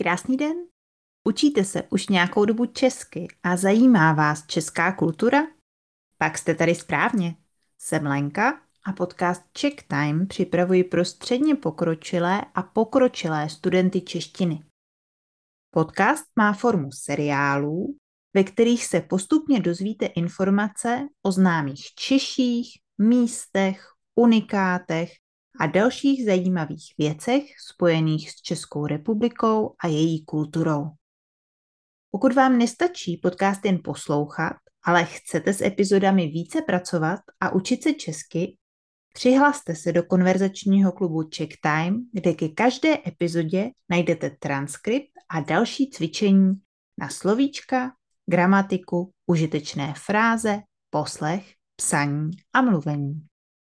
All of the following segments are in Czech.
Krásný den. Učíte se už nějakou dobu česky a zajímá vás česká kultura? Pak jste tady správně. Jsem Lenka a podcast Czech Time připravuji pro středně pokročilé a pokročilé studenty češtiny. Podcast má formu seriálů, ve kterých se postupně dozvíte informace o známých Češích, místech, unikátech a dalších zajímavých věcech spojených s Českou republikou a její kulturou. Pokud vám nestačí podcast jen poslouchat, ale chcete s epizodami více pracovat a učit se česky, přihlaste se do konverzačního klubu Czech Time, kde ke každé epizodě najdete transkript a další cvičení na slovíčka, gramatiku, užitečné fráze, poslech, psaní a mluvení.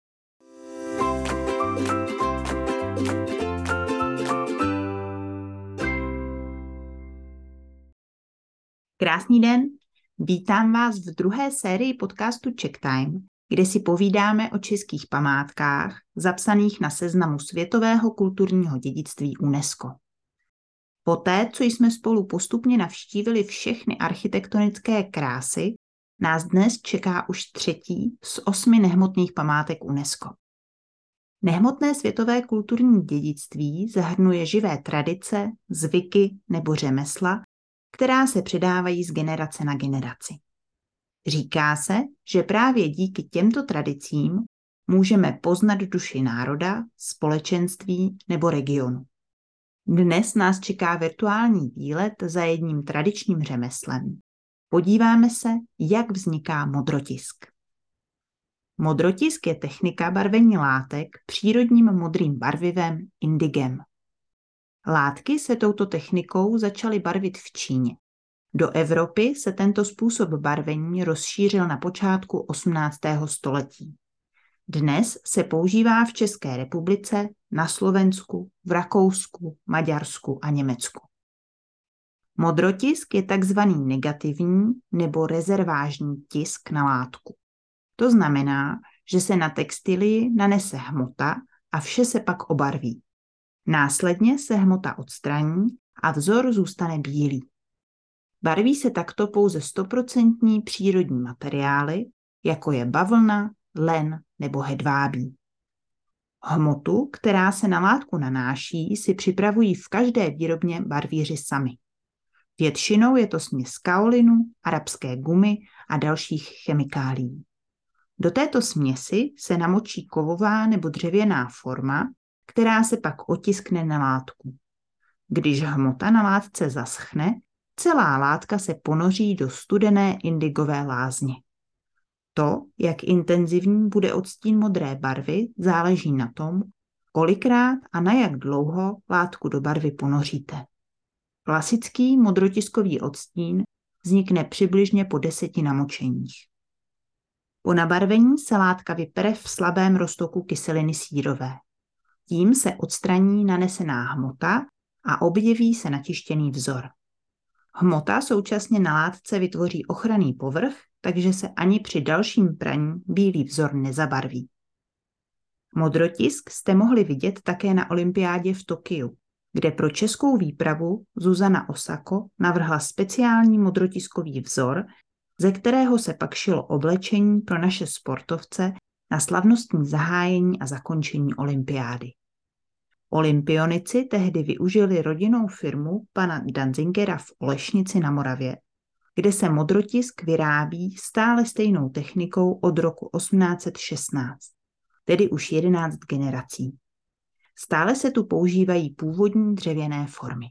Krásný den, vítám vás v druhé sérii podcastu Czech Time, kde si povídáme o českých památkách zapsaných na seznamu světového kulturního dědictví UNESCO. Poté, co jsme spolu postupně navštívili všechny architektonické krásy, nás dnes čeká už třetí z 8 nehmotných památek UNESCO. Nehmotné světové kulturní dědictví zahrnuje živé tradice, zvyky nebo řemesla, která se předávají z generace na generaci. Říká se, že právě díky těmto tradicím můžeme poznat duši národa, společenství nebo regionu. Dnes nás čeká virtuální výlet za jedním tradičním řemeslem. Podíváme se, jak vzniká modrotisk. Modrotisk je technika barvení látek přírodním modrým barvivem indigem. Látky se touto technikou začaly barvit v Číně. Do Evropy se tento způsob barvení rozšířil na počátku 18. století. Dnes se používá v České republice, na Slovensku, v Rakousku, Maďarsku a Německu. Modrotisk je takzvaný negativní nebo rezervážní tisk na látku. To znamená, že se na textilii nanese hmota a vše se pak obarví. Následně se hmota odstraní a vzor zůstane bílý. Barví se takto pouze 100% přírodní materiály, jako je bavlna, len nebo hedvábí. Hmotu, která se na látku nanáší, si připravují v každé výrobně barvíři sami. Většinou je to směs kaolinu, arabské gumy a dalších chemikálií. Do této směsi se namočí kovová nebo dřevěná forma, která se pak otiskne na látku. Když hmota na látce zaschne, celá látka se ponoří do studené indigové lázně. To, jak intenzivní bude odstín modré barvy, záleží na tom, kolikrát a na jak dlouho látku do barvy ponoříte. Klasický modrotiskový odstín vznikne přibližně po 10 namočeních. Po nabarvení se látka vypere v slabém roztoku kyseliny sírové. Tím se odstraní nanesená hmota a objeví se natištěný vzor. Hmota současně na látce vytvoří ochranný povrch, takže se ani při dalším praní bílý vzor nezabarví. Modrotisk jste mohli vidět také na olympiádě v Tokiu, kde pro českou výpravu Zuzana Osako navrhla speciální modrotiskový vzor, ze kterého se pak šilo oblečení pro naše sportovce na slavnostní zahájení a zakončení olympiády. Olympionici tehdy využili rodinnou firmu pana Danzingera v Olešnici na Moravě, kde se modrotisk vyrábí stále stejnou technikou od roku 1816, tedy už 11 generací. Stále se tu používají původní dřevěné formy.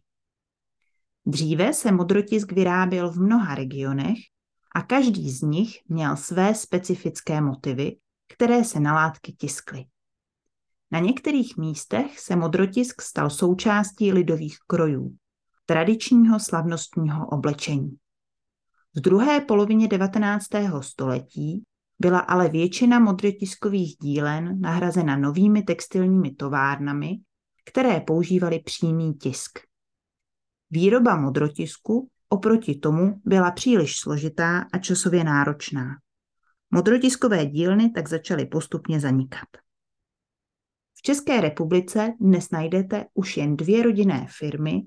Dříve se modrotisk vyráběl v mnoha regionech a každý z nich měl své specifické motivy, které se na látky tiskly. Na některých místech se modrotisk stal součástí lidových krojů, tradičního slavnostního oblečení. V druhé polovině 19. století byla ale většina modrotiskových dílen nahrazena novými textilními továrnami, které používaly přímý tisk. Výroba modrotisku oproti tomu byla příliš složitá a časově náročná. Modrotiskové dílny tak začaly postupně zanikat. V České republice dnes najdete už jen 2 rodinné firmy,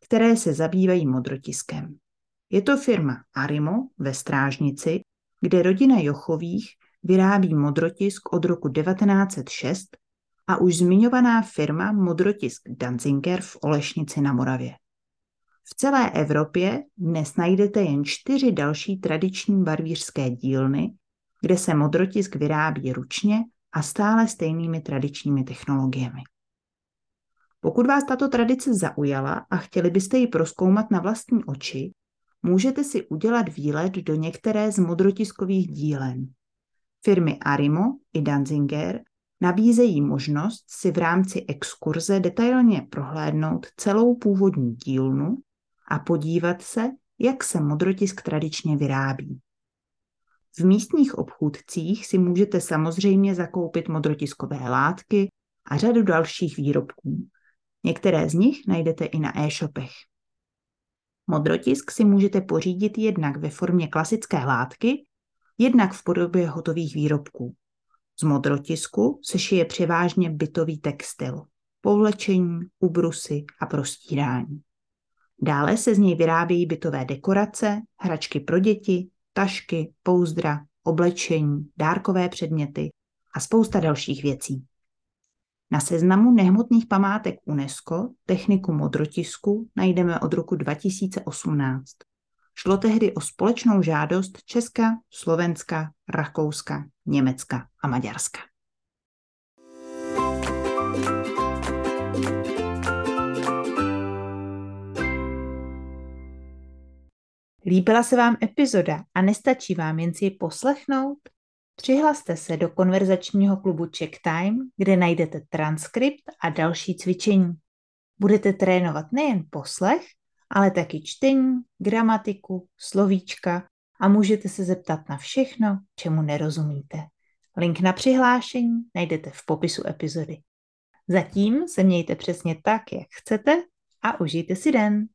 které se zabývají modrotiskem. Je to firma Arimo ve Strážnici, kde rodina Jochových vyrábí modrotisk od roku 1906 a už zmiňovaná firma Modrotisk Danziger v Olešnici na Moravě. V celé Evropě dnes najdete jen 4 další tradiční barvířské dílny, kde se modrotisk vyrábí ručně a stále stejnými tradičními technologiemi. Pokud vás tato tradice zaujala a chtěli byste ji prozkoumat na vlastní oči, můžete si udělat výlet do některé z modrotiskových dílen. Firmy Arimo i Danziger nabízejí možnost si v rámci exkurze detailně prohlédnout celou původní dílnu a podívat se, jak se modrotisk tradičně vyrábí. V místních obchůdcích si můžete samozřejmě zakoupit modrotiskové látky a řadu dalších výrobků. Některé z nich najdete i na e-shopech. Modrotisk si můžete pořídit jednak ve formě klasické látky, jednak v podobě hotových výrobků. Z modrotisku se šije převážně bytový textil, povlečení, ubrusy a prostírání. Dále se z něj vyrábějí bytové dekorace, hračky pro děti, tašky, pouzdra, oblečení, dárkové předměty a spousta dalších věcí. Na seznamu nehmotných památek UNESCO techniku modrotisku najdeme od roku 2018. Šlo tehdy o společnou žádost Česka, Slovenska, Rakouska, Německa a Maďarska. Líbila se vám epizoda a nestačí vám jen si ji poslechnout? Přihlaste se do konverzačního klubu Czech Time, kde najdete transkript a další cvičení. Budete trénovat nejen poslech, ale taky čtení, gramatiku, slovíčka a můžete se zeptat na všechno, čemu nerozumíte. Link na přihlášení najdete v popisu epizody. Zatím se mějte přesně tak, jak chcete a užijte si den.